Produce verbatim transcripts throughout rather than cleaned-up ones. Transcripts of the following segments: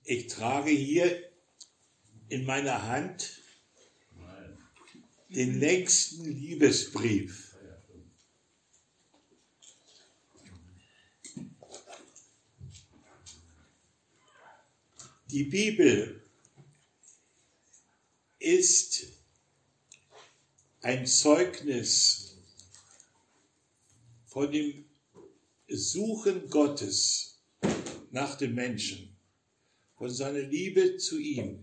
Ich trage hier in meiner Hand den längsten Liebesbrief. Die Bibel ist ein Zeugnis von dem Suchen Gottes nach dem Menschen, von seiner Liebe zu ihm.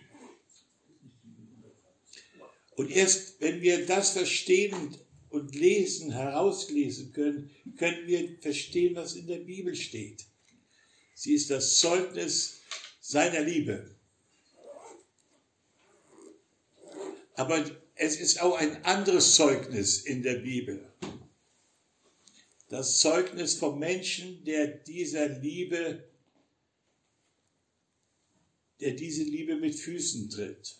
Und erst wenn wir das verstehen und lesen, herauslesen können, können wir verstehen, was in der Bibel steht. Sie ist das Zeugnis seiner Liebe. Aber es ist auch ein anderes Zeugnis in der Bibel. Das Zeugnis vom Menschen, der dieser Liebe, der diese Liebe mit Füßen tritt.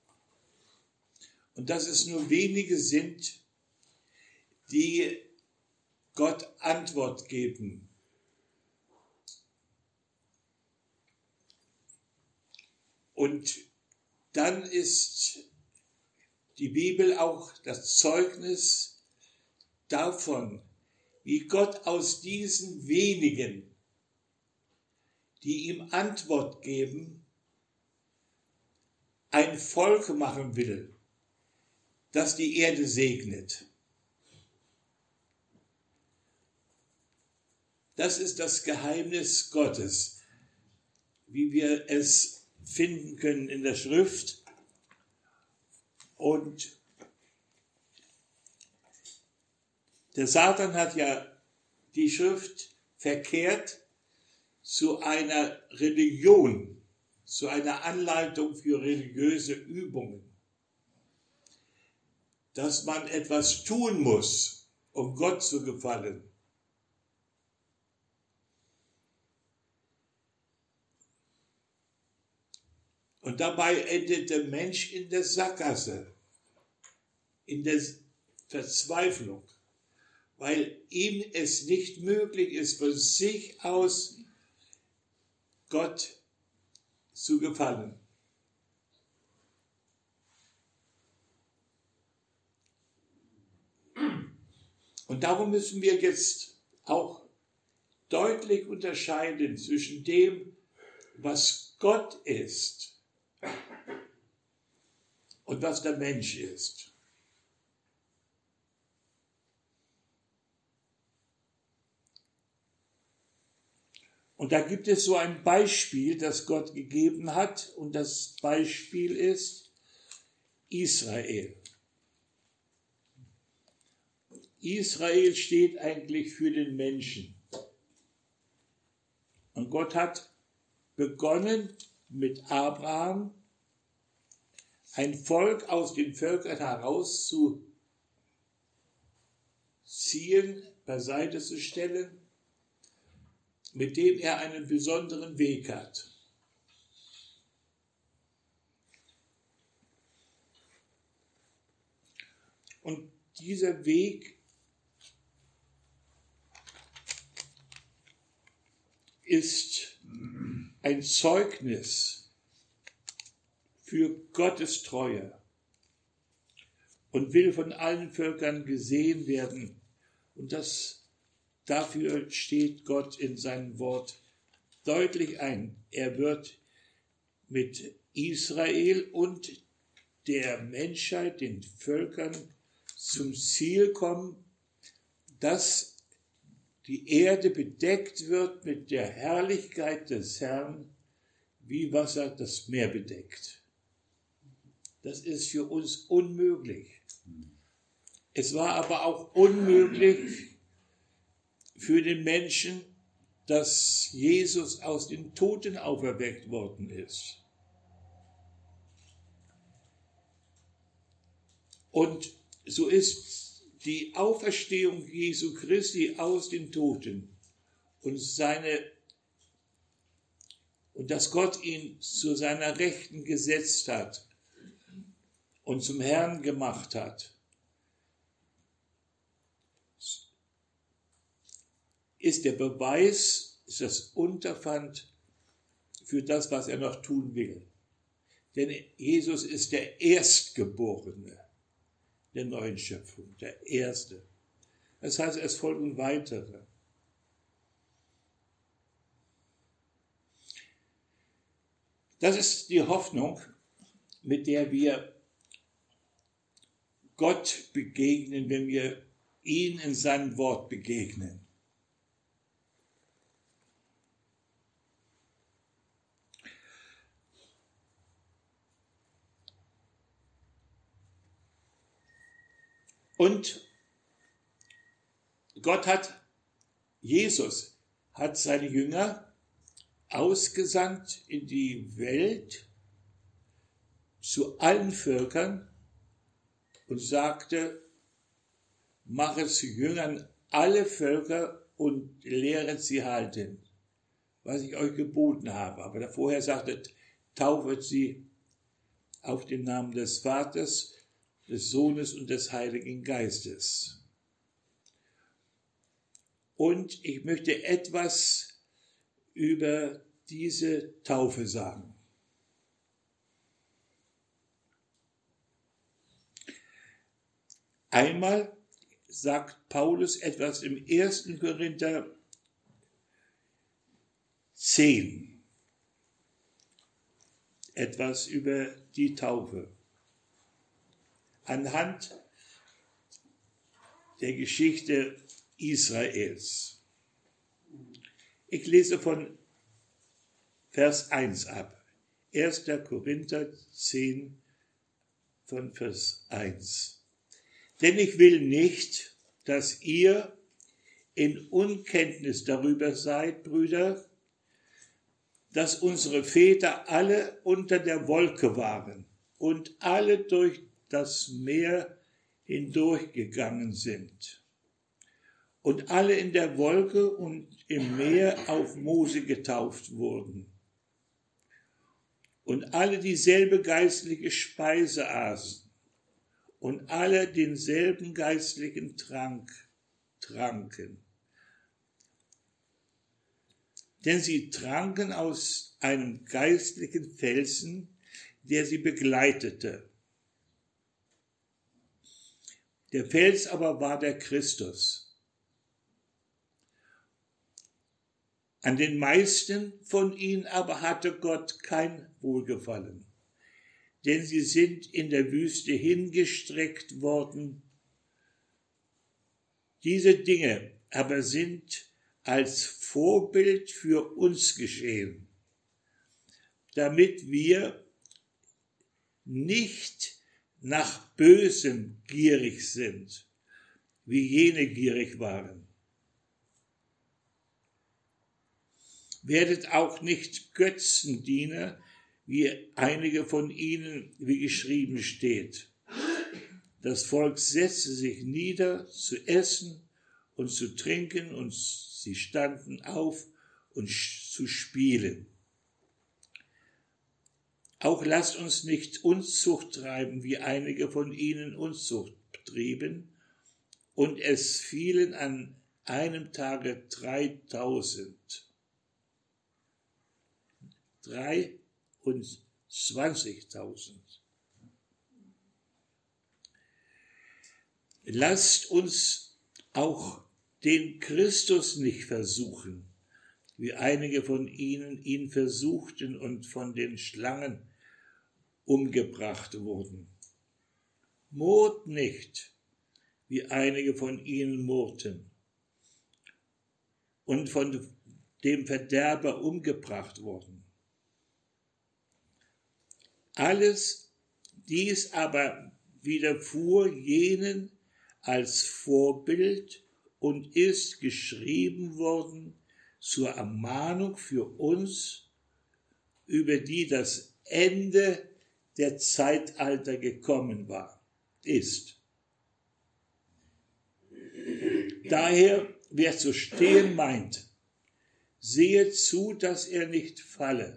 Und dass es nur wenige sind, die Gott Antwort geben. Und dann ist die Bibel auch das Zeugnis davon, wie Gott aus diesen wenigen, die ihm Antwort geben, ein Volk machen will, das die Erde segnet. Das ist das Geheimnis Gottes, wie wir es finden können in der Schrift. Und der Satan hat ja die Schrift verkehrt zu einer Religion, zu einer Anleitung für religiöse Übungen. Dass man etwas tun muss, um Gott zu gefallen. Und dabei endet der Mensch in der Sackgasse, in der Verzweiflung, weil ihm es nicht möglich ist, von sich aus Gott zu gefallen. Und darum müssen wir jetzt auch deutlich unterscheiden zwischen dem, was Gott ist und was der Mensch ist. Und da gibt es so ein Beispiel, das Gott gegeben hat, und das Beispiel ist Israel. Israel steht eigentlich für den Menschen. Und Gott hat begonnen mit Abraham, ein Volk aus den Völkern herauszuziehen, beiseite zu stellen, mit dem er einen besonderen Weg hat. Und dieser Weg ist ein Zeugnis für Gottes Treue und will von allen Völkern gesehen werden. Und das, dafür steht Gott in seinem Wort deutlich ein. Er wird mit Israel und der Menschheit, den Völkern, zum Ziel kommen, dass die Erde bedeckt wird mit der Herrlichkeit des Herrn, wie Wasser das Meer bedeckt. Das ist für uns unmöglich. Es war aber auch unmöglich für den Menschen, dass Jesus aus den Toten auferweckt worden ist. Und so ist die Auferstehung Jesu Christi aus den Toten und seine und dass Gott ihn zu seiner Rechten gesetzt hat und zum Herrn gemacht hat, ist der Beweis, ist das Unterpfand für das, was er noch tun will. Denn Jesus ist der Erstgeborene der neuen Schöpfung, der Erste. Das heißt, es folgen weitere. Das ist die Hoffnung, mit der wir Gott begegnen, wenn wir ihn in seinem Wort begegnen. Und Gott hat, Jesus hat seine Jünger ausgesandt in die Welt zu allen Völkern und sagte, mache zu Jüngern alle Völker und lehret sie halten, was ich euch geboten habe. Aber vorher sagte, taufet sie auf den Namen des Vaters, des Sohnes und des Heiligen Geistes. Und ich möchte etwas über diese Taufe sagen. Einmal sagt Paulus etwas im ersten Korinther zehn, etwas über die Taufe. Anhand der Geschichte Israels. Ich lese von Vers eins ab. erster Korinther zehn von Vers eins. Denn ich will nicht, dass ihr in Unkenntnis darüber seid, Brüder, dass unsere Väter alle unter der Wolke waren und alle durch das Meer hindurchgegangen sind. Und alle in der Wolke und im Meer auf Mose getauft wurden. Und alle dieselbe geistliche Speise aßen. Und alle denselben geistlichen Trank tranken. Denn sie tranken aus einem geistlichen Felsen, der sie begleitete. Der Fels aber war der Christus. An den meisten von ihnen aber hatte Gott kein Wohlgefallen, denn sie sind in der Wüste hingestreckt worden. Diese Dinge aber sind als Vorbild für uns geschehen, damit wir nicht nach Bösem gierig sind, wie jene gierig waren. Werdet auch nicht Götzendiener, wie einige von ihnen, wie geschrieben steht. Das Volk setzte sich nieder zu essen und zu trinken, und sie standen auf, um zu spielen. Auch lasst uns nicht Unzucht treiben, wie einige von ihnen Unzucht trieben, und es fielen an einem Tage dreitausend. Dreiundzwanzigtausend. Lasst uns auch den Christus nicht versuchen, wie einige von ihnen ihn versuchten und von den Schlangen umgebracht wurden. Murrt nicht, wie einige von ihnen murrten und von dem Verderber umgebracht wurden. Alles dies aber widerfuhr jenen als Vorbild und ist geschrieben worden zur Ermahnung für uns, über die das Ende der Zeitalter gekommen war, ist. Daher, wer zu stehen meint, sehe zu, dass er nicht falle.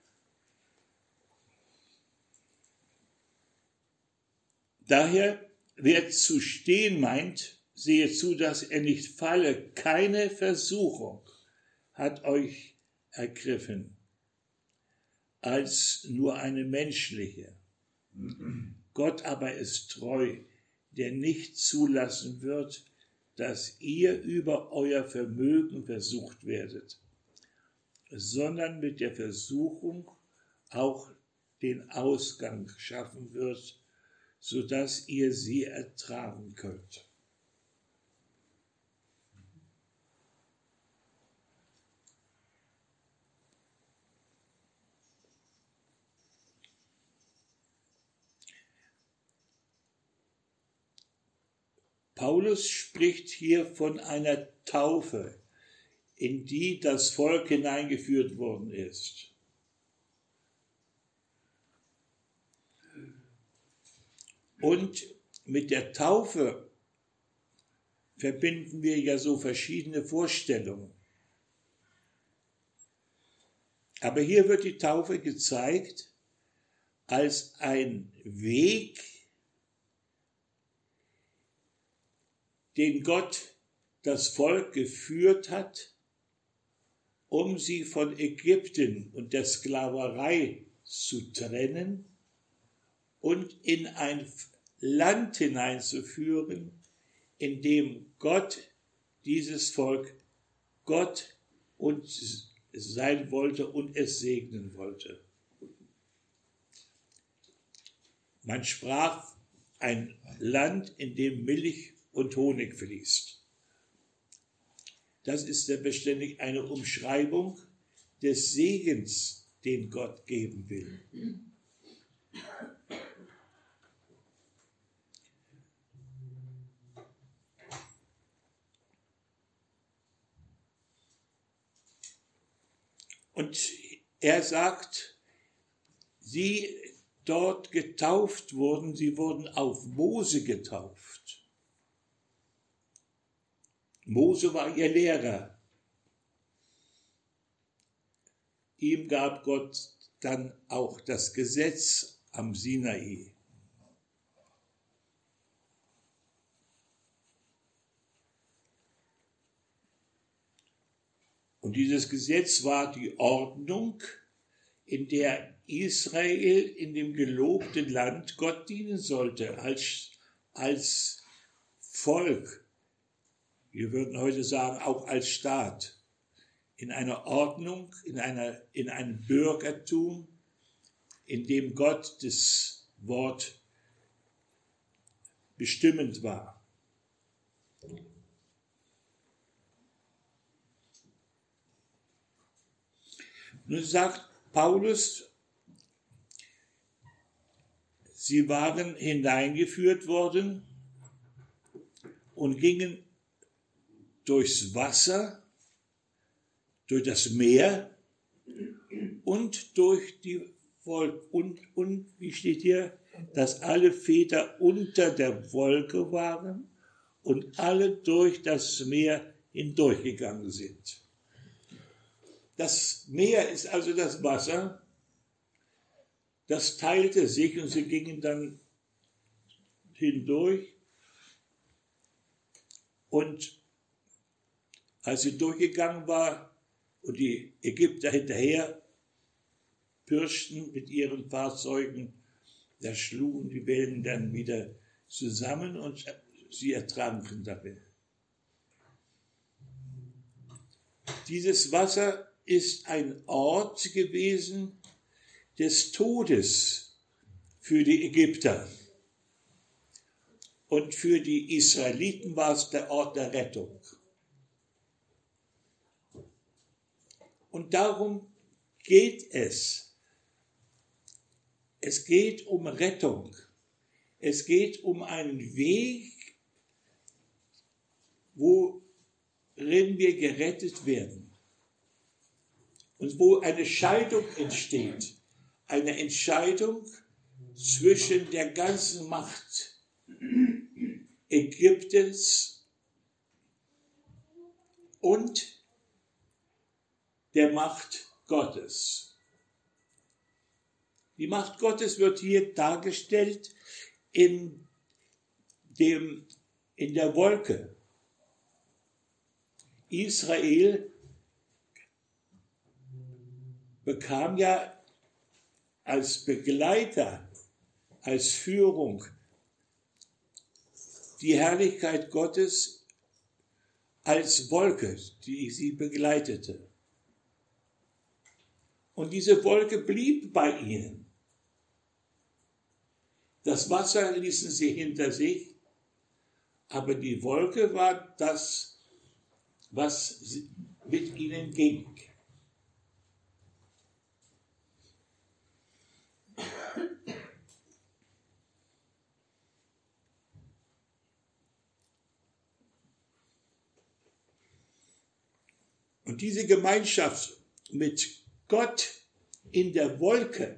Daher, wer zu stehen meint, sehe zu, dass er nicht falle. Keine Versuchung hat euch ergriffen, als nur eine menschliche. Gott aber ist treu, der nicht zulassen wird, dass ihr über euer Vermögen versucht werdet, sondern mit der Versuchung auch den Ausgang schaffen wird, sodass ihr sie ertragen könnt. Paulus spricht hier von einer Taufe, in die das Volk hineingeführt worden ist. Und mit der Taufe verbinden wir ja so verschiedene Vorstellungen. Aber hier wird die Taufe gezeigt als ein Weg, den Gott das Volk geführt hat, um sie von Ägypten und der Sklaverei zu trennen und in ein Land hineinzuführen, in dem Gott dieses Volk Gott und sein wollte und es segnen wollte. Man sprach ein Land, in dem Milch und Honig fließt. Das ist ja beständig eine Umschreibung des Segens, den Gott geben will. Und er sagt, sie dort getauft wurden, sie wurden auf Mose getauft. Mose war ihr Lehrer. Ihm gab Gott dann auch das Gesetz am Sinai. Und dieses Gesetz war die Ordnung, in der Israel in dem gelobten Land Gott dienen sollte, als, als Volk. Wir würden heute sagen, auch als Staat, in einer Ordnung, in, einer, in einem Bürgertum, in dem Gott das Wort bestimmend war. Nun sagt Paulus, sie waren hineingeführt worden und gingen durchs Wasser, durch das Meer und durch die Wolke. Und, und, wie steht hier, dass alle Väter unter der Wolke waren und alle durch das Meer hindurchgegangen sind. Das Meer ist also das Wasser, das teilte sich und sie gingen dann hindurch. Und als sie durchgegangen war und die Ägypter hinterher pirschten mit ihren Fahrzeugen, da schlugen die Wellen dann wieder zusammen und sie ertranken dabei. Dieses Wasser ist ein Ort gewesen des Todes für die Ägypter. Und für die Israeliten war es der Ort der Rettung. Und darum geht es. Es geht um Rettung. Es geht um einen Weg, worin wir gerettet werden. Und wo eine Scheidung entsteht. Eine Entscheidung zwischen der ganzen Macht Ägyptens und der Macht Gottes. Die Macht Gottes wird hier dargestellt in dem, in der Wolke. Israel bekam ja als Begleiter, als Führung die Herrlichkeit Gottes als Wolke, die sie begleitete. Und diese Wolke blieb bei ihnen. Das Wasser ließen sie hinter sich, aber die Wolke war das, was mit ihnen ging. Und diese Gemeinschaft mit Gott in der Wolke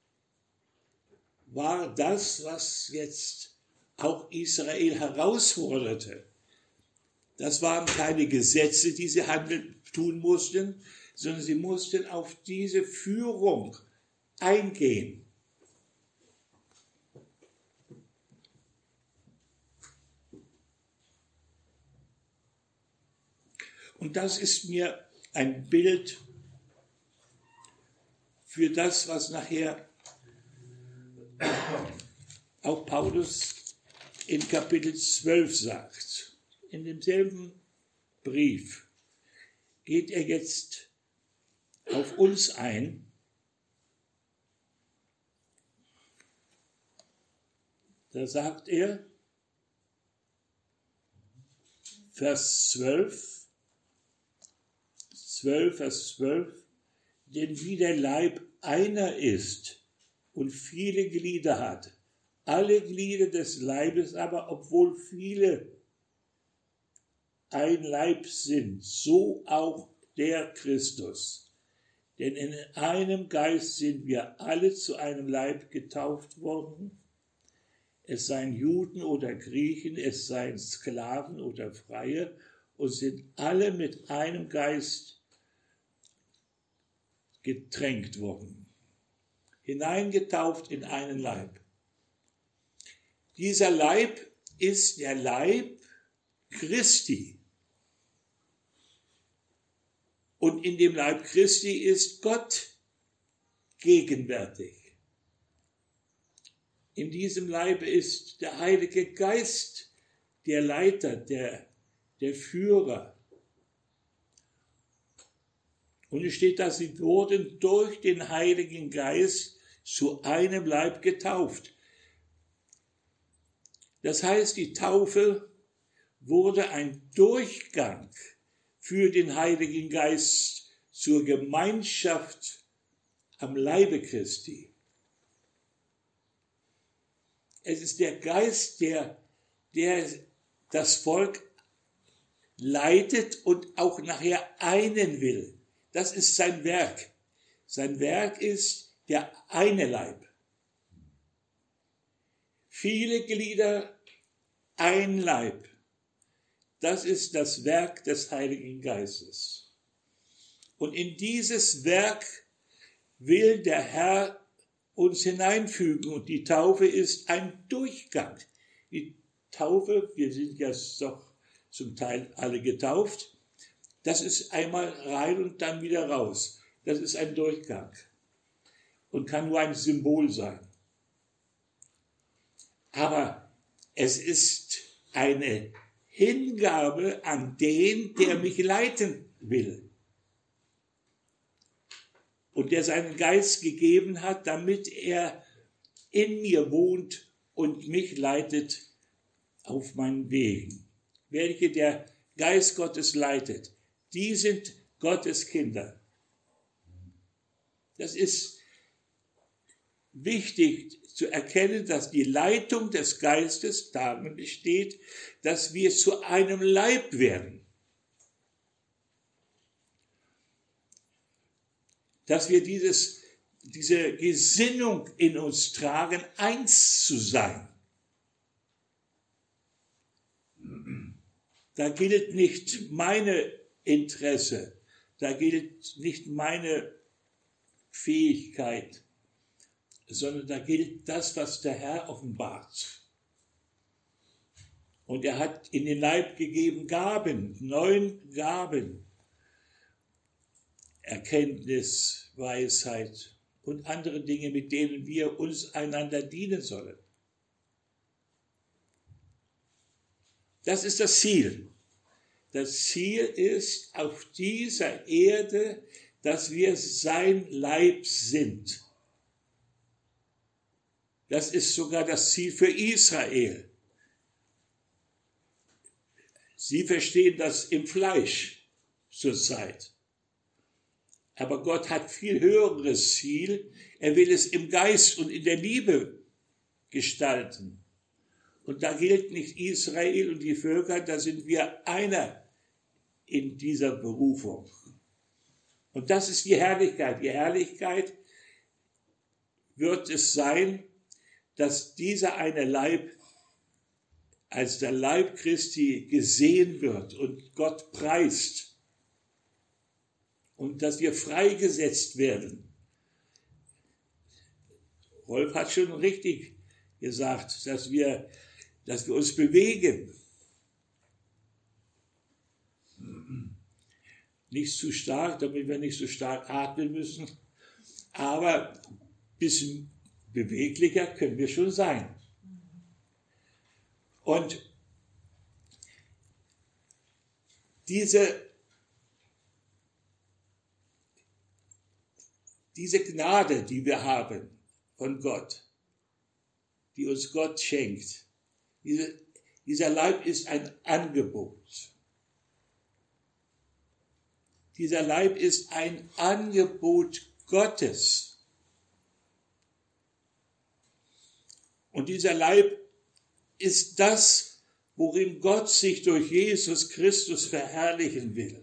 war das, was jetzt auch Israel herausforderte. Das waren keine Gesetze, die sie handeln, tun mussten, sondern sie mussten auf diese Führung eingehen. Und das ist mir ein Bild für das, was nachher auch Paulus in Kapitel zwölf sagt. In demselben Brief geht er jetzt auf uns ein. Da sagt er, Vers zwölf, zwölf, Vers zwölf, denn wie der Leib einer ist und viele Glieder hat, alle Glieder des Leibes aber, obwohl viele ein Leib sind, so auch der Christus. Denn in einem Geist sind wir alle zu einem Leib getauft worden, es seien Juden oder Griechen, es seien Sklaven oder Freie, und sind alle mit einem Geist getränkt worden, hineingetauft in einen Leib. Dieser Leib ist der Leib Christi. Und in dem Leib Christi ist Gott gegenwärtig. In diesem Leib ist der Heilige Geist der Leiter, der, der Führer. Und es steht da, sie wurden durch den Heiligen Geist zu einem Leib getauft. Das heißt, die Taufe wurde ein Durchgang für den Heiligen Geist zur Gemeinschaft am Leibe Christi. Es ist der Geist, der, der das Volk leitet und auch nachher einen will. Das ist sein Werk. Sein Werk ist der eine Leib. Viele Glieder, ein Leib. Das ist das Werk des Heiligen Geistes. Und in dieses Werk will der Herr uns hineinfügen. Und die Taufe ist ein Durchgang. Die Taufe, wir sind ja doch zum Teil alle getauft, das ist einmal rein und dann wieder raus. Das ist ein Durchgang und kann nur ein Symbol sein. Aber es ist eine Hingabe an den, der mich leiten will und der seinen Geist gegeben hat, damit er in mir wohnt und mich leitet auf meinen Wegen. Welche der Geist Gottes leitet, die sind Gottes Kinder. Das ist wichtig zu erkennen, dass die Leitung des Geistes darin besteht, dass wir zu einem Leib werden. Dass wir dieses, diese Gesinnung in uns tragen, eins zu sein. Da gilt nicht meine Interesse, da gilt nicht meine Fähigkeit, sondern da gilt das, was der Herr offenbart. Und er hat in den Leib gegeben Gaben, neun Gaben. Erkenntnis, Weisheit und andere Dinge, mit denen wir uns einander dienen sollen. Das ist das Ziel. Das Ziel ist auf dieser Erde, dass wir sein Leib sind. Das ist sogar das Ziel für Israel. Sie verstehen das im Fleisch zurzeit. Aber Gott hat viel höheres Ziel. Er will es im Geist und in der Liebe gestalten. Und da gilt nicht Israel und die Völker, da sind wir einer in dieser Berufung. Und das ist die Herrlichkeit. Die Herrlichkeit wird es sein, dass dieser eine Leib als der Leib Christi gesehen wird und Gott preist. Und dass wir freigesetzt werden. Rolf hat schon richtig gesagt, dass wir, dass wir uns bewegen. Nicht zu stark, damit wir nicht so stark atmen müssen, aber ein bisschen beweglicher können wir schon sein. Und diese, diese Gnade, die wir haben von Gott, die uns Gott schenkt, diese, dieser Leib ist ein Angebot. Dieser Leib ist ein Angebot Gottes. Und dieser Leib ist das, worin Gott sich durch Jesus Christus verherrlichen will.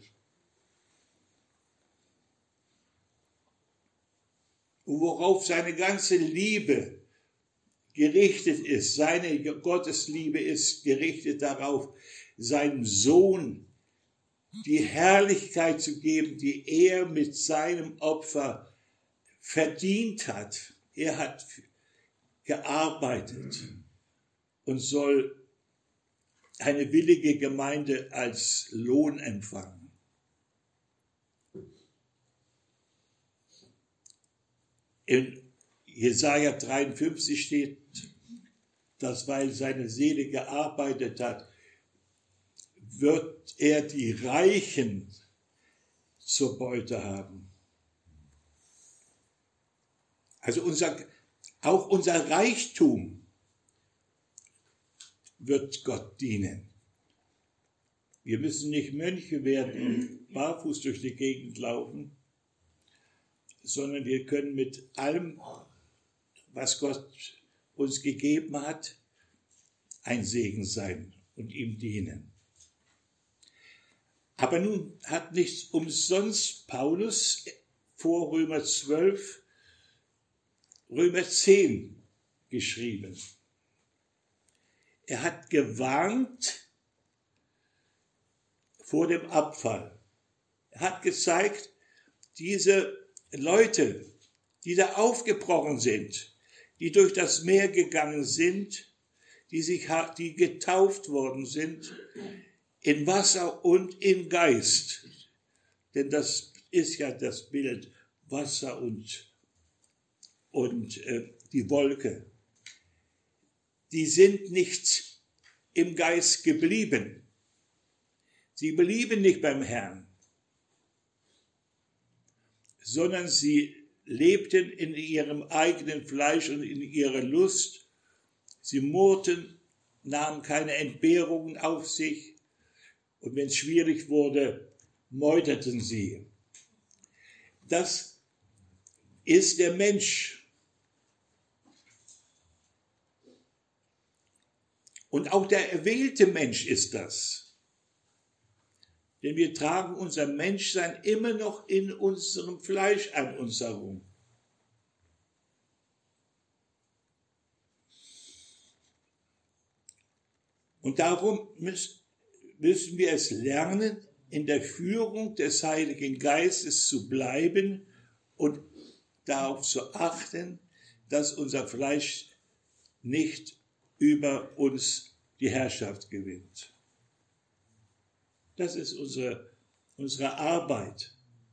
Und worauf seine ganze Liebe gerichtet ist, seine Gottesliebe ist gerichtet darauf, seinem Sohn die Herrlichkeit zu geben, die er mit seinem Opfer verdient hat. Er hat gearbeitet und soll eine willige Gemeinde als Lohn empfangen. In Jesaja dreiundfünfzig steht, dass weil seine Seele gearbeitet hat, wird er die Reichen zur Beute haben. Also unser, auch unser Reichtum wird Gott dienen. Wir müssen nicht Mönche werden und barfuß durch die Gegend laufen, sondern wir können mit allem, was Gott uns gegeben hat, ein Segen sein und ihm dienen. Aber nun hat nicht umsonst Paulus vor Römer zwölf, Römer zehn geschrieben. Er hat gewarnt vor dem Abfall. Er hat gezeigt, diese Leute, die da aufgebrochen sind, die durch das Meer gegangen sind, die, sich, die getauft worden sind, in Wasser und in Geist. Denn das ist ja das Bild, Wasser und, und äh, die Wolke. Die sind nicht im Geist geblieben. Sie blieben nicht beim Herrn, sondern sie lebten in ihrem eigenen Fleisch und in ihrer Lust. Sie murrten, nahmen keine Entbehrungen auf sich. Und wenn es schwierig wurde, meuterten sie. Das ist der Mensch. Und auch der erwählte Mensch ist das. Denn wir tragen unser Menschsein immer noch in unserem Fleisch an uns herum. Und darum müssen müssen wir es lernen, in der Führung des Heiligen Geistes zu bleiben und darauf zu achten, dass unser Fleisch nicht über uns die Herrschaft gewinnt. Das ist unsere, unsere Arbeit.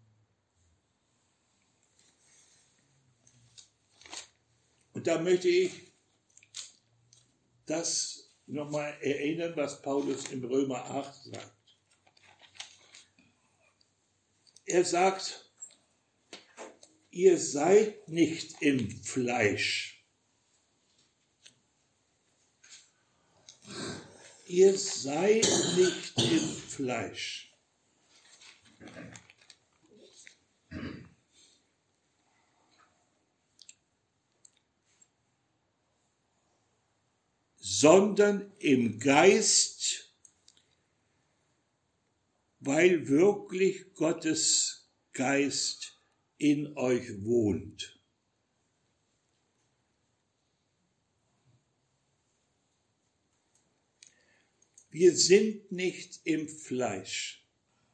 Und da möchte ich das nochmal erinnern, was Paulus in Römer acht sagt. Er sagt, ihr seid nicht im Fleisch. Ihr seid nicht im Fleisch. Sondern im Geist, weil wirklich Gottes Geist in euch wohnt. Wir sind nicht im Fleisch.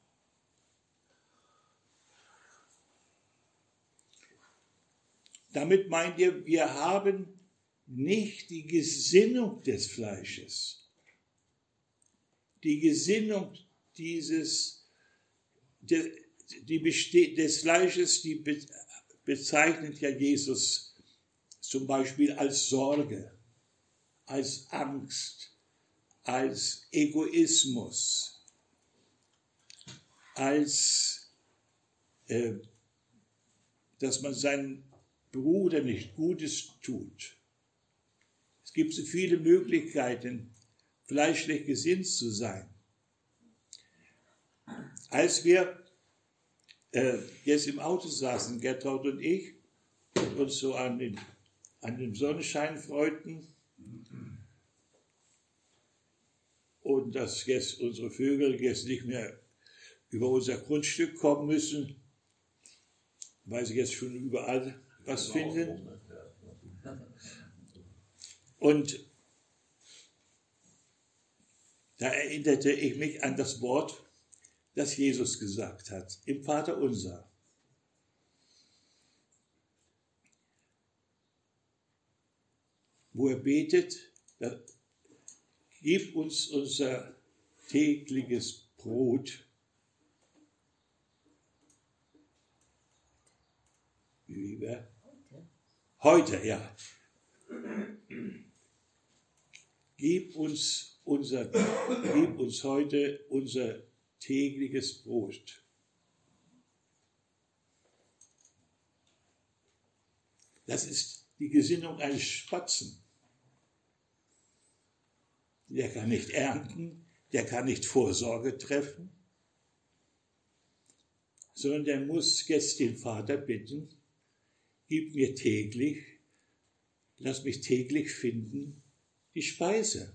Damit meint ihr, wir haben nicht die Gesinnung des Fleisches. Die Gesinnung dieses, die, die besteht, des Fleisches, die be, bezeichnet ja Jesus zum Beispiel als Sorge, als Angst, als Egoismus, als, äh, dass man seinem Bruder nicht Gutes tut. Es gibt so viele Möglichkeiten, fleischlich gesinnt zu sein. Als wir äh, jetzt im Auto saßen, Gertraud und ich, und uns so an, den, an dem Sonnenschein freuten und dass jetzt unsere Vögel jetzt nicht mehr über unser Grundstück kommen müssen, weil sie jetzt schon überall was finden. Und da erinnerte ich mich an das Wort, das Jesus gesagt hat, im Vaterunser. Wo er betet, gib uns unser tägliches Brot. Wie wir? Heute, ja. Gib uns, unser, gib uns heute unser tägliches Brot. Das ist die Gesinnung eines Spatzen. Der kann nicht ernten, der kann nicht Vorsorge treffen, sondern der muss jetzt den Vater bitten, gib mir täglich, lass mich täglich finden, die Speise.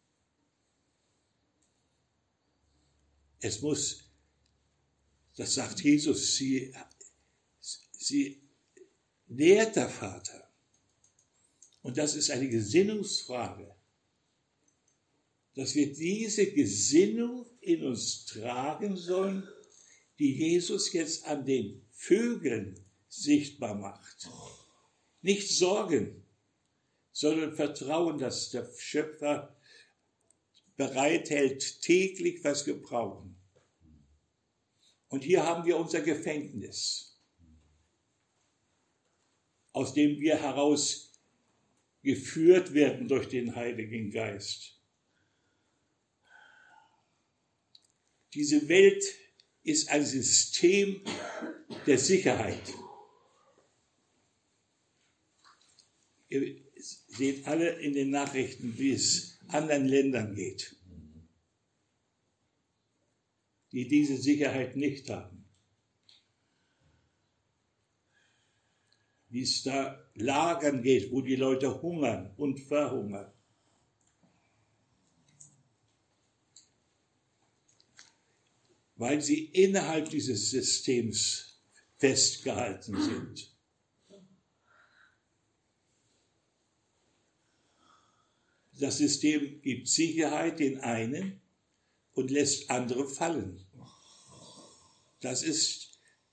Es muss, das sagt Jesus, sie, sie nährt der Vater. Und das ist eine Gesinnungsfrage, dass wir diese Gesinnung in uns tragen sollen, die Jesus jetzt an den Vögeln sichtbar macht. Nicht Sorgen, sondern Vertrauen, dass der Schöpfer bereithält, täglich, was wir brauchen. Und hier haben wir unser Gefängnis, aus dem wir heraus geführt werden durch den Heiligen Geist. Diese Welt ist ein System der Sicherheit. Ihr seht alle in den Nachrichten, wie es anderen Ländern geht, die diese Sicherheit nicht haben. Wie es da Lagern geht, wo die Leute hungern und verhungern. Weil sie innerhalb dieses Systems festgehalten sind. Das System gibt Sicherheit den einen und lässt andere fallen. Das ist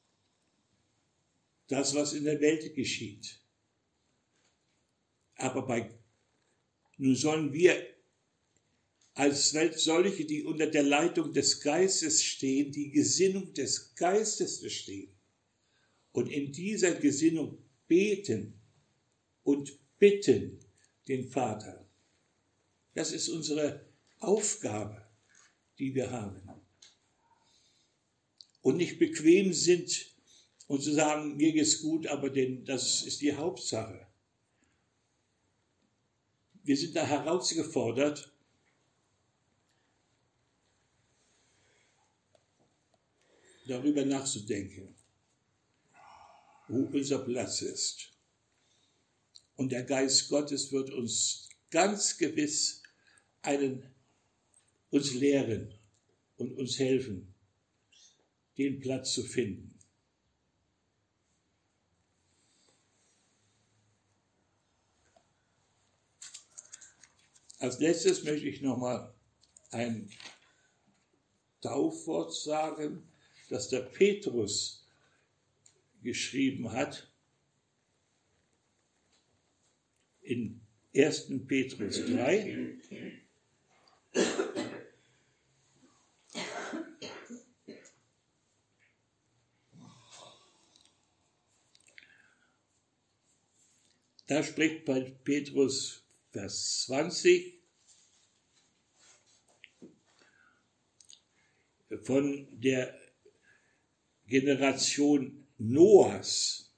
das, was in der Welt geschieht. Aber bei, nun sollen wir als solche, die unter der Leitung des Geistes stehen, die Gesinnung des Geistes verstehen und in dieser Gesinnung beten und bitten den Vater. Das ist unsere Aufgabe, die wir haben. Und nicht bequem sind und zu sagen, mir geht's gut, aber denn das ist die Hauptsache. Wir sind da herausgefordert, darüber nachzudenken, wo unser Platz ist. Und der Geist Gottes wird uns ganz gewiss einen, uns lehren und uns helfen, den Platz zu finden. Als letztes möchte ich nochmal ein Taufwort sagen, das der Petrus geschrieben hat in ersten Petrus drei. Da spricht bei Petrus Vers zwanzig von der Generation Noahs,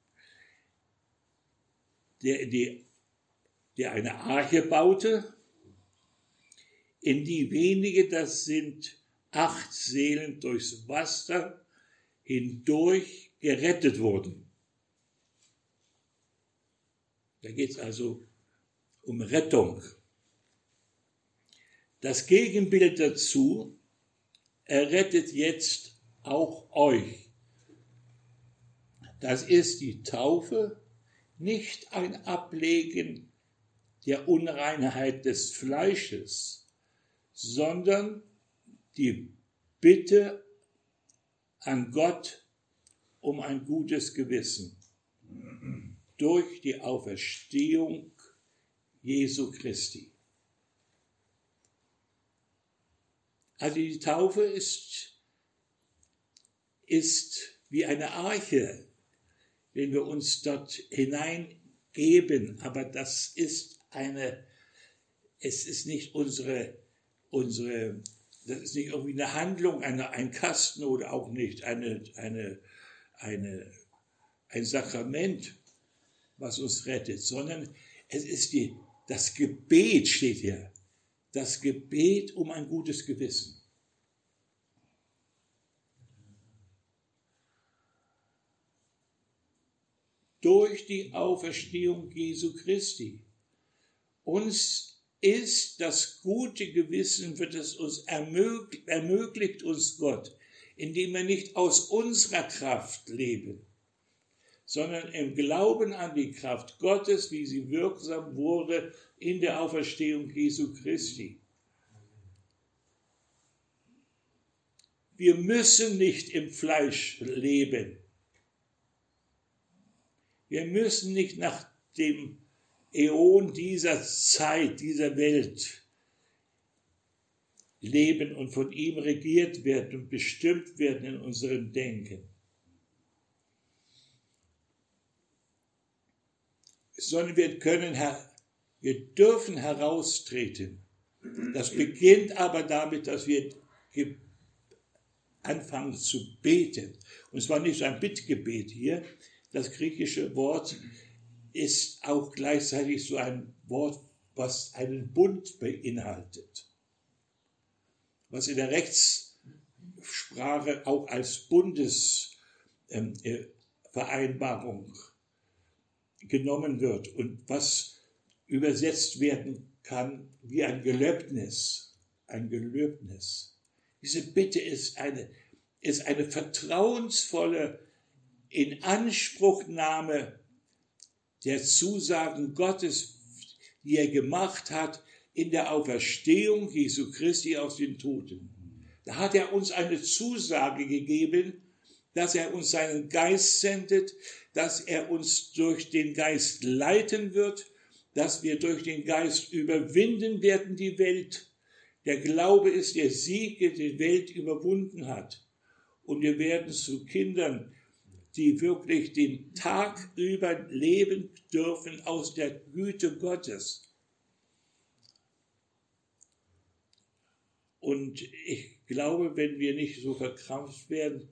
der, die, der eine Arche baute, in die wenige, das sind acht Seelen, durchs Wasser hindurch gerettet wurden. Da geht es also um Rettung. Das Gegenbild dazu, er rettet jetzt auch euch. Das ist die Taufe, nicht ein Ablegen der Unreinheit des Fleisches, sondern die Bitte an Gott um ein gutes Gewissen durch die Auferstehung Jesu Christi. Also die Taufe ist, ist wie eine Arche, wenn wir uns dort hineingeben, aber das ist eine, es ist nicht unsere, unsere, das ist nicht irgendwie eine Handlung, eine, ein Kasten oder auch nicht eine, eine, eine, ein Sakrament, was uns rettet, sondern es ist die, das Gebet steht hier, das Gebet um ein gutes Gewissen. Durch die Auferstehung Jesu Christi. Uns ist das gute Gewissen, wird es uns ermöglicht, ermöglicht uns Gott, indem wir nicht aus unserer Kraft leben, sondern im Glauben an die Kraft Gottes, wie sie wirksam wurde in der Auferstehung Jesu Christi. Wir müssen nicht im Fleisch leben. Wir müssen nicht nach dem Äon dieser Zeit, dieser Welt leben und von ihm regiert werden und bestimmt werden in unserem Denken. Sondern wir können, wir dürfen heraustreten. Das beginnt aber damit, dass wir anfangen zu beten. Und zwar nicht so ein Bittgebet hier. Das griechische Wort ist auch gleichzeitig so ein Wort, was einen Bund beinhaltet. Was in der Rechtssprache auch als Bundesvereinbarung genommen wird und was übersetzt werden kann wie ein Gelöbnis, ein Gelöbnis. Diese Bitte ist eine, ist eine vertrauensvolle Inanspruchnahme der Zusagen Gottes, die er gemacht hat in der Auferstehung Jesu Christi aus den Toten. Da hat er uns eine Zusage gegeben, dass er uns seinen Geist sendet, dass er uns durch den Geist leiten wird, dass wir durch den Geist überwinden werden die Welt, Der Glaube ist der Sieg, der die Welt überwunden hat. Und wir werden zu Kindern, die wirklich den Tag über leben dürfen aus der Güte Gottes. Und ich glaube, wenn wir nicht so verkrampft werden,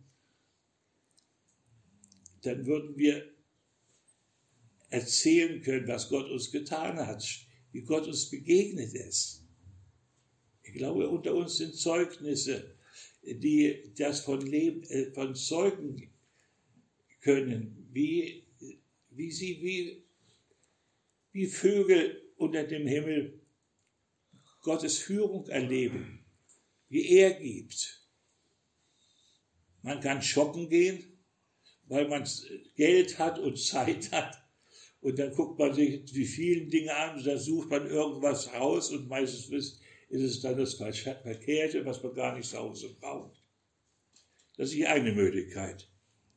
dann würden wir erzählen können, was Gott uns getan hat, wie Gott uns begegnet ist. Ich glaube, unter uns sind Zeugnisse, die das von, Leben, äh, von Zeugen können, wie, wie sie wie, wie Vögel unter dem Himmel Gottes Führung erleben, wie er gibt. Man kann shoppen gehen, weil man Geld hat und Zeit hat. Und dann guckt man sich die vielen Dinge an, da sucht man irgendwas raus und meistens ist es dann das Verkehrte, was man gar nicht zu Hause braucht. Das ist die eine Möglichkeit.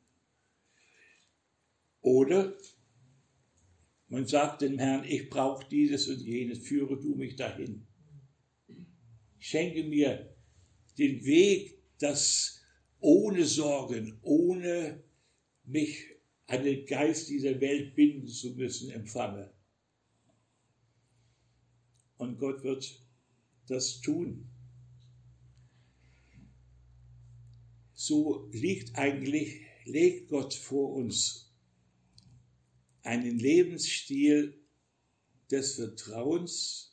Oder man sagt dem Herrn, ich brauche dieses und jenes, führe du mich dahin. Schenke mir den Weg, das ohne Sorgen, ohne mich an den Geist dieser Welt binden zu müssen, empfange. Und Gott wird das tun. So liegt eigentlich, legt Gott vor uns einen Lebensstil des Vertrauens,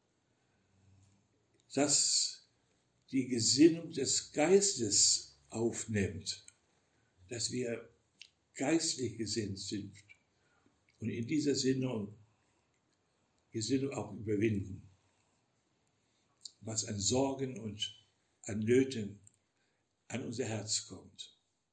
das die Gesinnung des Geistes aufnimmt, dass wir geistlich gesinnt sind und in dieser Gesinnung, Gesinnung auch überwinden, was an Sorgen und an Nöten an unser Herz kommt.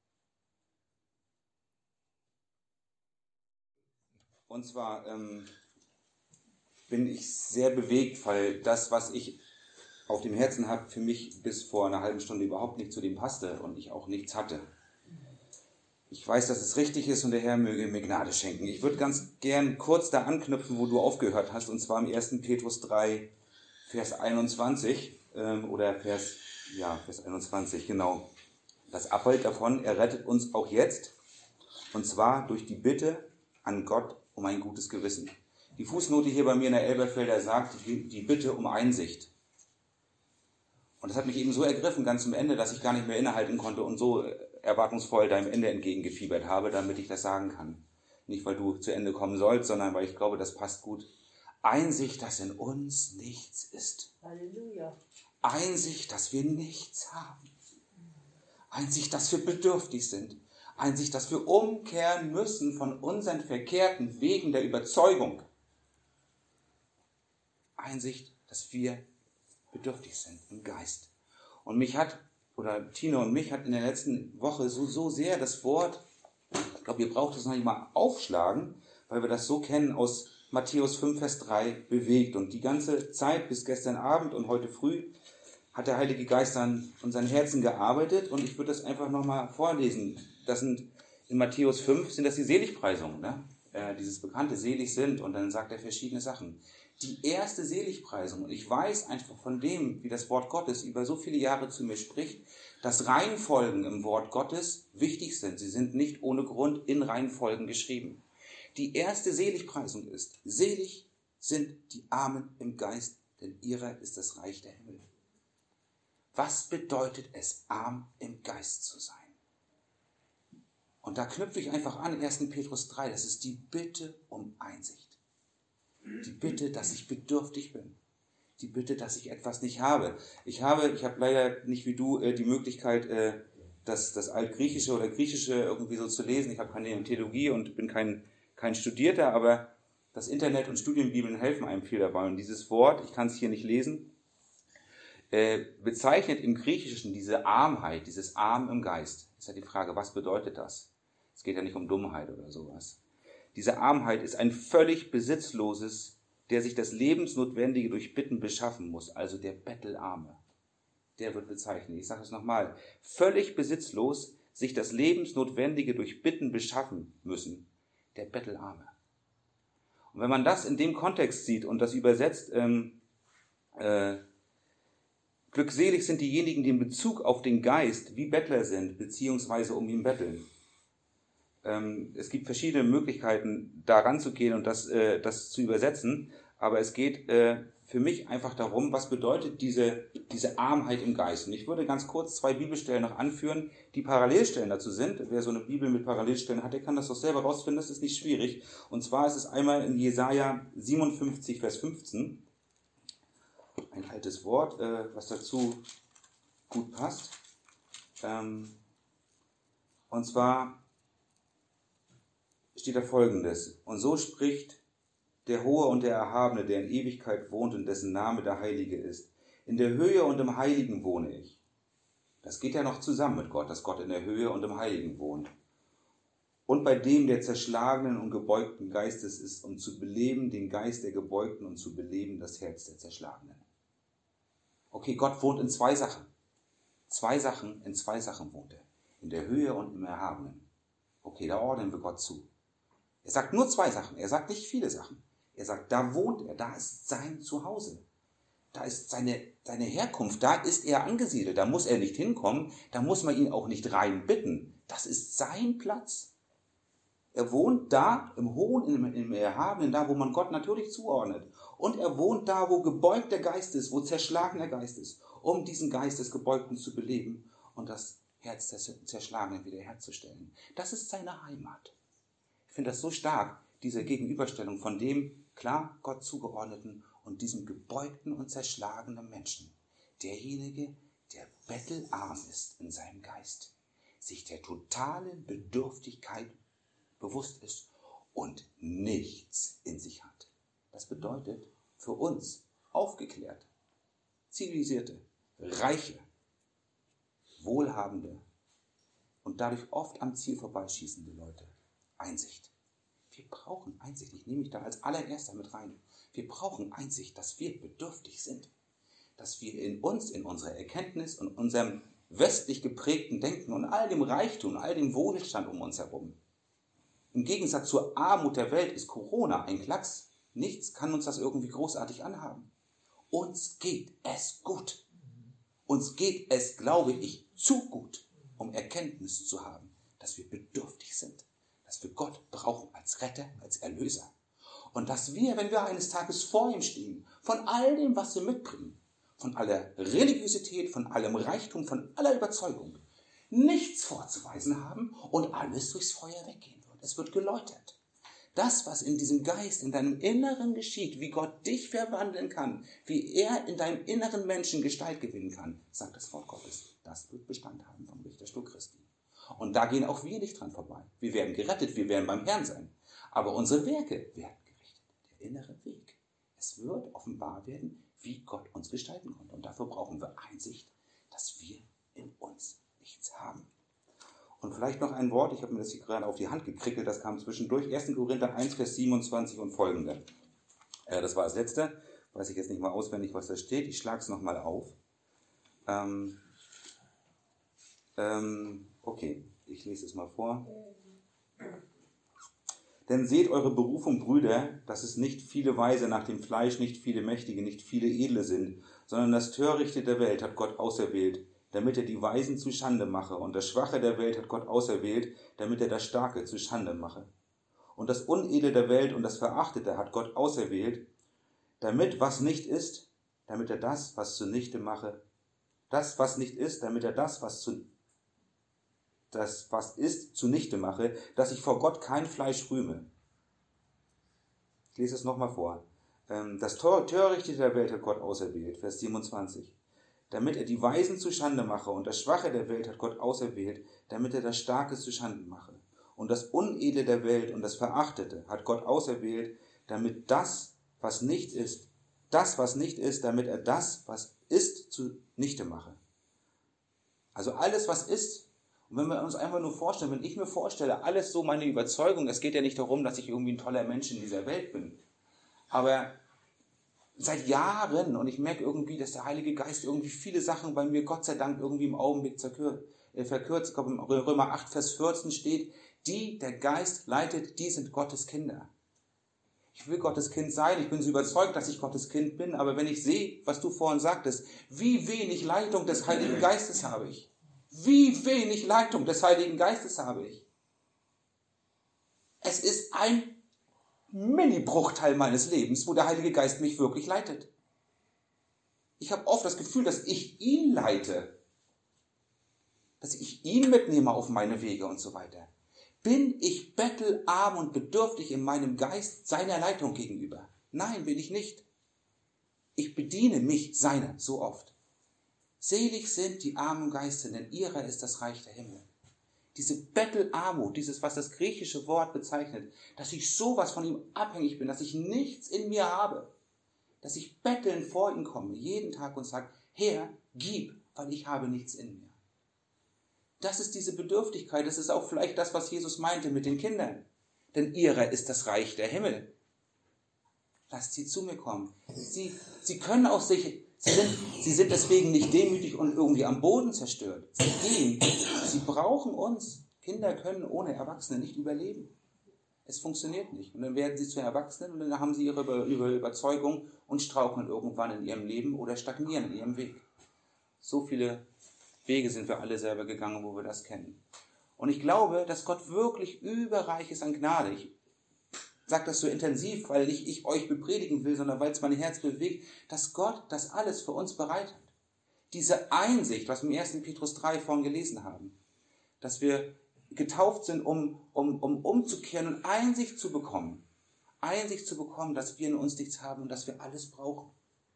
Und zwar ähm, bin ich sehr bewegt, weil das, was ich auf dem Herzen habe, für mich bis vor einer halben Stunde überhaupt nicht zu dem passte und ich auch nichts hatte. Ich weiß, dass es richtig ist und der Herr möge mir Gnade schenken. Ich würde ganz gern kurz da anknüpfen, wo du aufgehört hast, und zwar im ersten Petrus drei, Vers einundzwanzig, ähm, oder Vers, ja, Vers einundzwanzig, genau. Das Abbild davon, er rettet uns auch jetzt, und zwar durch die Bitte an Gott um ein gutes Gewissen. Die Fußnote hier bei mir in der Elberfelder sagt, die, die Bitte um Einsicht. Und das hat mich eben so ergriffen, ganz zum Ende, dass ich gar nicht mehr innehalten konnte und so erwartungsvoll deinem Ende entgegengefiebert habe, damit ich das sagen kann. Nicht, weil du zu Ende kommen sollst, sondern weil ich glaube, das passt gut. Einsicht, dass in uns nichts ist. Halleluja. Einsicht, dass wir nichts haben. Einsicht, dass wir bedürftig sind. Einsicht, dass wir umkehren müssen von unseren verkehrten Wegen der Überzeugung. Einsicht, dass wir bedürftig sind im Geist. Und mich hat, oder Tina und mich hat in der letzten Woche so, so sehr das Wort, ich glaube, ihr braucht es noch nicht mal aufschlagen, weil wir das so kennen aus Matthäus fünf, Vers drei, bewegt. Und die ganze Zeit bis gestern Abend und heute früh hat der Heilige Geist an unseren Herzen gearbeitet und ich würde das einfach nochmal vorlesen. Das sind in Matthäus fünf, sind das die Seligpreisungen, ne? äh, dieses bekannte Selig sind, und dann sagt er verschiedene Sachen. Die erste Seligpreisung, und ich weiß einfach von dem, wie das Wort Gottes über so viele Jahre zu mir spricht, dass Reihenfolgen im Wort Gottes wichtig sind. Sie sind nicht ohne Grund in Reihenfolgen geschrieben. Die erste Seligpreisung ist: Selig sind die Armen im Geist, denn ihrer ist das Reich der Himmel. Was bedeutet es, arm im Geist zu sein? Und da knüpfe ich einfach an, ersten Petrus drei, das ist die Bitte um Einsicht. Die Bitte, dass ich bedürftig bin. Die Bitte, dass ich etwas nicht habe. Ich habe, ich habe leider nicht wie du die Möglichkeit, das, das Altgriechische oder Griechische irgendwie so zu lesen. Ich habe keine Theologie und bin kein, kein Studierter, aber das Internet und Studienbibeln helfen einem viel dabei. Und dieses Wort, ich kann es hier nicht lesen, bezeichnet im Griechischen diese Armheit, dieses Arm im Geist. Ist ja die Frage, was bedeutet das? Es geht ja nicht um Dummheit oder sowas. Diese Armheit ist ein völlig besitzloses, der sich das Lebensnotwendige durch Bitten beschaffen muss, also der Bettelarme. Der wird bezeichnet. Ich sage es nochmal. Völlig besitzlos, sich das Lebensnotwendige durch Bitten beschaffen müssen, der Bettelarme. Und wenn man das in dem Kontext sieht und das übersetzt, ähm, äh, Glückselig sind diejenigen, die in Bezug auf den Geist wie Bettler sind, beziehungsweise um ihn betteln. Ähm, es gibt verschiedene Möglichkeiten, da ranzugehen und das, äh, das zu übersetzen, aber es geht äh, für mich einfach darum, was bedeutet diese, diese Armheit im Geist. Und ich würde ganz kurz zwei Bibelstellen noch anführen, die Parallelstellen dazu sind. Wer so eine Bibel mit Parallelstellen hat, der kann das doch selber rausfinden, das ist nicht schwierig. Und zwar ist es einmal in Jesaja siebenundfünfzig, Vers fünfzehn. Ein altes Wort, äh, was dazu gut passt. Ähm, und zwar steht da Folgendes: Und so spricht der Hohe und der Erhabene, der in Ewigkeit wohnt und dessen Name der Heilige ist. In der Höhe und im Heiligen wohne ich. Das geht ja noch zusammen mit Gott, dass Gott in der Höhe und im Heiligen wohnt. Und bei dem, der zerschlagenen und gebeugten Geistes ist, um zu beleben den Geist der Gebeugten und zu beleben das Herz der Zerschlagenen. Okay, Gott wohnt in zwei Sachen. Zwei Sachen, in zwei Sachen wohnt er. In der Höhe und im Erhabenen. Okay, da ordnen wir Gott zu. Er sagt nur zwei Sachen, er sagt nicht viele Sachen. Er sagt, da wohnt er, da ist sein Zuhause. Da ist seine, seine Herkunft, da ist er angesiedelt, da muss er nicht hinkommen, da muss man ihn auch nicht rein bitten. Das ist sein Platz. Er wohnt da im Hohen, im, im Erhabenen, da wo man Gott natürlich zuordnet. Und er wohnt da, wo gebeugt der Geist ist, wo zerschlagener Geist ist, um diesen Geist des Gebeugten zu beleben und das Herz des Zerschlagenen wiederherzustellen. Das ist seine Heimat. Ich finde das so stark, diese Gegenüberstellung von dem klar Gott zugeordneten und diesem gebeugten und zerschlagenen Menschen. Derjenige, der bettelarm ist in seinem Geist, sich der totalen Bedürftigkeit bewusst ist und nichts in sich hat. Das bedeutet für uns aufgeklärte, zivilisierte, reiche, wohlhabende und dadurch oft am Ziel vorbeischießende Leute Einsicht. Wir brauchen Einsicht. Ich nehme mich da als allererster mit rein. Wir brauchen Einsicht, dass wir bedürftig sind. Dass wir in uns, in unserer Erkenntnis und unserem westlich geprägten Denken und all dem Reichtum, all dem Wohlstand um uns herum. Im Gegensatz zur Armut der Welt ist Corona ein Klacks. Nichts kann uns das irgendwie großartig anhaben. Uns geht es gut. Uns geht es, glaube ich, zu gut, um Erkenntnis zu haben, dass wir bedürftig sind. Dass wir Gott brauchen als Retter, als Erlöser. Und dass wir, wenn wir eines Tages vor ihm stehen, von all dem, was wir mitbringen, von aller Religiosität, von allem Reichtum, von aller Überzeugung, nichts vorzuweisen haben und alles durchs Feuer weggehen wird. Es wird geläutert. Das, was in diesem Geist, in deinem Inneren geschieht, wie Gott dich verwandeln kann, wie er in deinem inneren Menschen Gestalt gewinnen kann, sagt das Wort Gottes. Das wird Bestand haben vom Richterstuhl Christi. Und da gehen auch wir nicht dran vorbei. Wir werden gerettet, wir werden beim Herrn sein. Aber unsere Werke werden gerichtet. Der innere Weg. Es wird offenbar werden, wie Gott uns gestalten konnte. Und dafür brauchen wir Einsicht, dass wir in uns nichts haben. Und vielleicht noch ein Wort, ich habe mir das hier gerade auf die Hand gekrickelt, das kam zwischendurch. erster Korinther eins, Vers siebenundzwanzig und folgende. Äh, das war das letzte. Weiß ich jetzt nicht mal auswendig, was da steht. Ich schlage es nochmal auf. Ähm... Ähm, okay, ich lese es mal vor. Denn seht eure Berufung, Brüder, dass es nicht viele Weise nach dem Fleisch, nicht viele Mächtige, nicht viele Edle sind, sondern das Törichte der Welt hat Gott auserwählt, damit er die Weisen zu Schande mache, und das Schwache der Welt hat Gott auserwählt, damit er das Starke zu Schande mache. Und das Unedle der Welt und das Verachtete hat Gott auserwählt, damit was nicht ist, damit er das, was zunichte mache, das, was nicht ist, damit er das, was zu das, was ist, zunichte mache, dass ich vor Gott kein Fleisch rühme. Ich lese es nochmal vor. Das Törichte der Welt hat Gott auserwählt, Vers siebenundzwanzig. Damit er die Weisen zu Schande mache, und das Schwache der Welt hat Gott auserwählt, damit er das Starke zu Schande mache. Und das Unedle der Welt und das Verachtete hat Gott auserwählt, damit das, was nicht ist, das, was nicht ist, damit er das, was ist, zunichte mache. Also alles, was ist. Und wenn wir uns einfach nur vorstellen, wenn ich mir vorstelle, alles so meine Überzeugung, es geht ja nicht darum, dass ich irgendwie ein toller Mensch in dieser Welt bin. Aber seit Jahren, und ich merke irgendwie, dass der Heilige Geist irgendwie viele Sachen bei mir, Gott sei Dank, irgendwie im Augenblick verkürzt. Ich glaube, im Römer acht, Vers vierzehn steht, die der Geist leitet, die sind Gottes Kinder. Ich will Gottes Kind sein, ich bin so überzeugt, dass ich Gottes Kind bin, aber wenn ich sehe, was du vorhin sagtest, wie wenig Leitung des Heiligen Geistes habe ich. Wie wenig Leitung des Heiligen Geistes habe ich. Es ist ein Mini-Bruchteil meines Lebens, wo der Heilige Geist mich wirklich leitet. Ich habe oft das Gefühl, dass ich ihn leite, dass ich ihn mitnehme auf meine Wege und so weiter. Bin ich bettelarm und bedürftig in meinem Geist seiner Leitung gegenüber? Nein, bin ich nicht. Ich bediene mich seiner so oft. Selig sind die armen Geister, denn ihrer ist das Reich der Himmel. Diese Bettelarmut, dieses, was das griechische Wort bezeichnet, dass ich sowas von ihm abhängig bin, dass ich nichts in mir habe, dass ich bettelnd vor ihn komme, jeden Tag und sage, Herr, gib, weil ich habe nichts in mir. Das ist diese Bedürftigkeit, das ist auch vielleicht das, was Jesus meinte mit den Kindern. Denn ihrer ist das Reich der Himmel. Lasst sie zu mir kommen. Sie, sie können auch sich, sie sind, sie sind deswegen nicht demütig und irgendwie am Boden zerstört. Sie gehen, sie brauchen uns. Kinder können ohne Erwachsene nicht überleben. Es funktioniert nicht. Und dann werden sie zu Erwachsenen und dann haben sie ihre Überzeugung und straucheln irgendwann in ihrem Leben oder stagnieren in ihrem Weg. So viele Wege sind wir alle selber gegangen, wo wir das kennen. Und ich glaube, dass Gott wirklich überreich ist an Gnade. Ich sage das so intensiv, weil nicht ich euch bepredigen will, sondern weil es mein Herz bewegt, dass Gott das alles für uns bereit hat. Diese Einsicht, was wir im ersten Petrus drei vorhin gelesen haben, dass wir getauft sind, um, um, um umzukehren und Einsicht zu bekommen. Einsicht zu bekommen, dass wir in uns nichts haben und dass wir alles brauchen.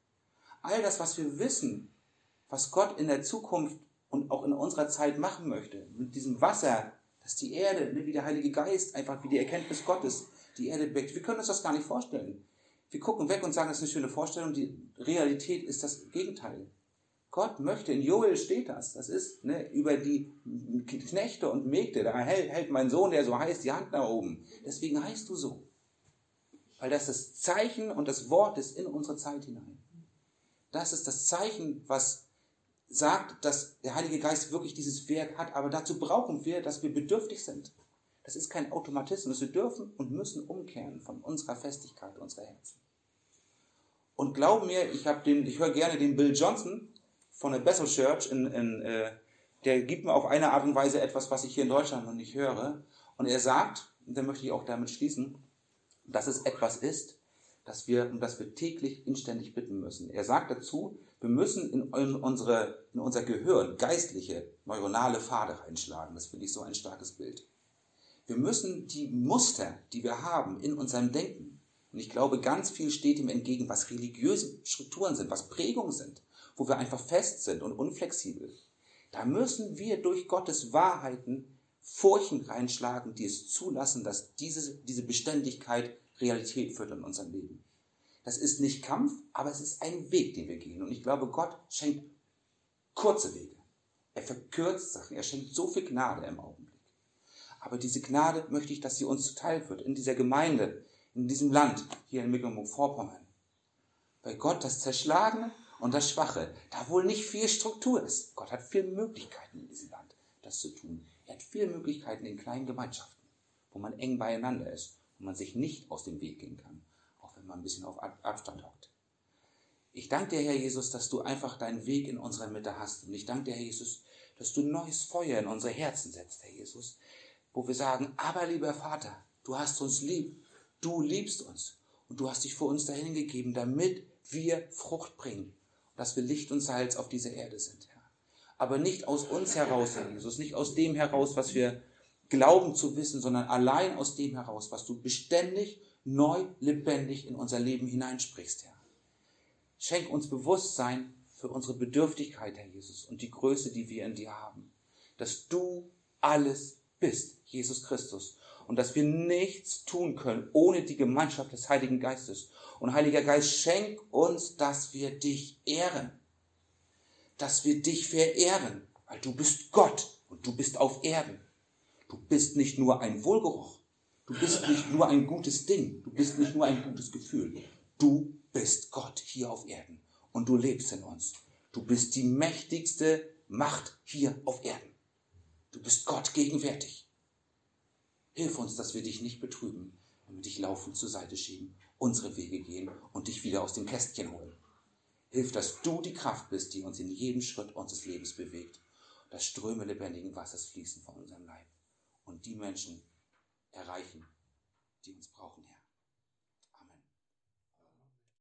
All das, was wir wissen, was Gott in der Zukunft und auch in unserer Zeit machen möchte, mit diesem Wasser, dass die Erde, wie der Heilige Geist, einfach wie die Erkenntnis Gottes, die Erde bewegt. Wir können uns das gar nicht vorstellen. Wir gucken weg und sagen, das ist eine schöne Vorstellung, die Realität ist das Gegenteil. Gott möchte, in Joel steht das, das ist ne, über die Knechte und Mägde, da hält, hält mein Sohn, der so heißt, die Hand nach oben. Deswegen heißt du so. Weil das das Zeichen und das Wort ist in unsere Zeit hinein. Das ist das Zeichen, was sagt, dass der Heilige Geist wirklich dieses Werk hat, aber dazu brauchen wir, dass wir bedürftig sind. Das ist kein Automatismus. Wir dürfen und müssen umkehren von unserer Festigkeit unserer Herzen. Und glaub mir, ich, hab den, ich höre gerne den Bill Johnson von der Bethel Church, in, in, äh, der gibt mir auf eine Art und Weise etwas, was ich hier in Deutschland noch nicht höre. Und er sagt, und da möchte ich auch damit schließen, dass es etwas ist, dass wir, um das wir täglich inständig bitten müssen. Er sagt dazu, wir müssen in, in, unsere, in unser Gehirn geistliche, neuronale Pfade reinschlagen. Das finde ich so ein starkes Bild. Wir müssen die Muster, die wir haben in unserem Denken, und ich glaube, ganz viel steht ihm entgegen, was religiöse Strukturen sind, was Prägungen sind, wo wir einfach fest sind und unflexibel. Da müssen wir durch Gottes Wahrheiten Furchen reinschlagen, die es zulassen, dass diese, diese Beständigkeit Realität wird in unserem Leben. Das ist nicht Kampf, aber es ist ein Weg, den wir gehen. Und ich glaube, Gott schenkt kurze Wege. Er verkürzt Sachen, er schenkt so viel Gnade im Augenblick. Aber diese Gnade möchte ich, dass sie uns zuteil wird, in dieser Gemeinde, in diesem Land, hier in Mecklenburg-Vorpommern. Weil Gott das Zerschlagene und das Schwache, da wohl nicht viel Struktur ist. Gott hat viele Möglichkeiten in diesem Land, das zu tun. Er hat viele Möglichkeiten in kleinen Gemeinschaften, wo man eng beieinander ist, wo man sich nicht aus dem Weg gehen kann, auch wenn man ein bisschen auf Abstand hockt. Ich danke dir, Herr Jesus, dass du einfach deinen Weg in unserer Mitte hast. Und ich danke dir, Herr Jesus, dass du neues Feuer in unsere Herzen setzt, Herr Jesus, wo wir sagen, aber lieber Vater, du hast uns lieb, du liebst uns und du hast dich für uns dahin gegeben, damit wir Frucht bringen, dass wir Licht und Salz auf dieser Erde sind, Herr. Aber nicht aus uns heraus, Herr Jesus, nicht aus dem heraus, was wir glauben zu wissen, sondern allein aus dem heraus, was du beständig, neu, lebendig in unser Leben hineinsprichst, Herr. Schenk uns Bewusstsein für unsere Bedürftigkeit, Herr Jesus, und die Größe, die wir in dir haben, dass du alles bist, Jesus Christus, und dass wir nichts tun können ohne die Gemeinschaft des Heiligen Geistes. Und Heiliger Geist, schenk uns, dass wir dich ehren, dass wir dich verehren, weil du bist Gott und du bist auf Erden. Du bist nicht nur ein Wohlgeruch, du bist nicht nur ein gutes Ding, du bist nicht nur ein gutes Gefühl. Du bist Gott hier auf Erden und du lebst in uns. Du bist die mächtigste Macht hier auf Erden. Du bist Gott gegenwärtig. Hilf uns, dass wir dich nicht betrüben, wenn wir dich laufend zur Seite schieben unsere Wege gehen und dich wieder aus dem Kästchen holen. Hilf, dass du die Kraft bist, die uns in jedem Schritt unseres Lebens bewegt, dass Ströme lebendigen Wassers fließen von unserem Leib und die Menschen erreichen, die uns brauchen, Herr.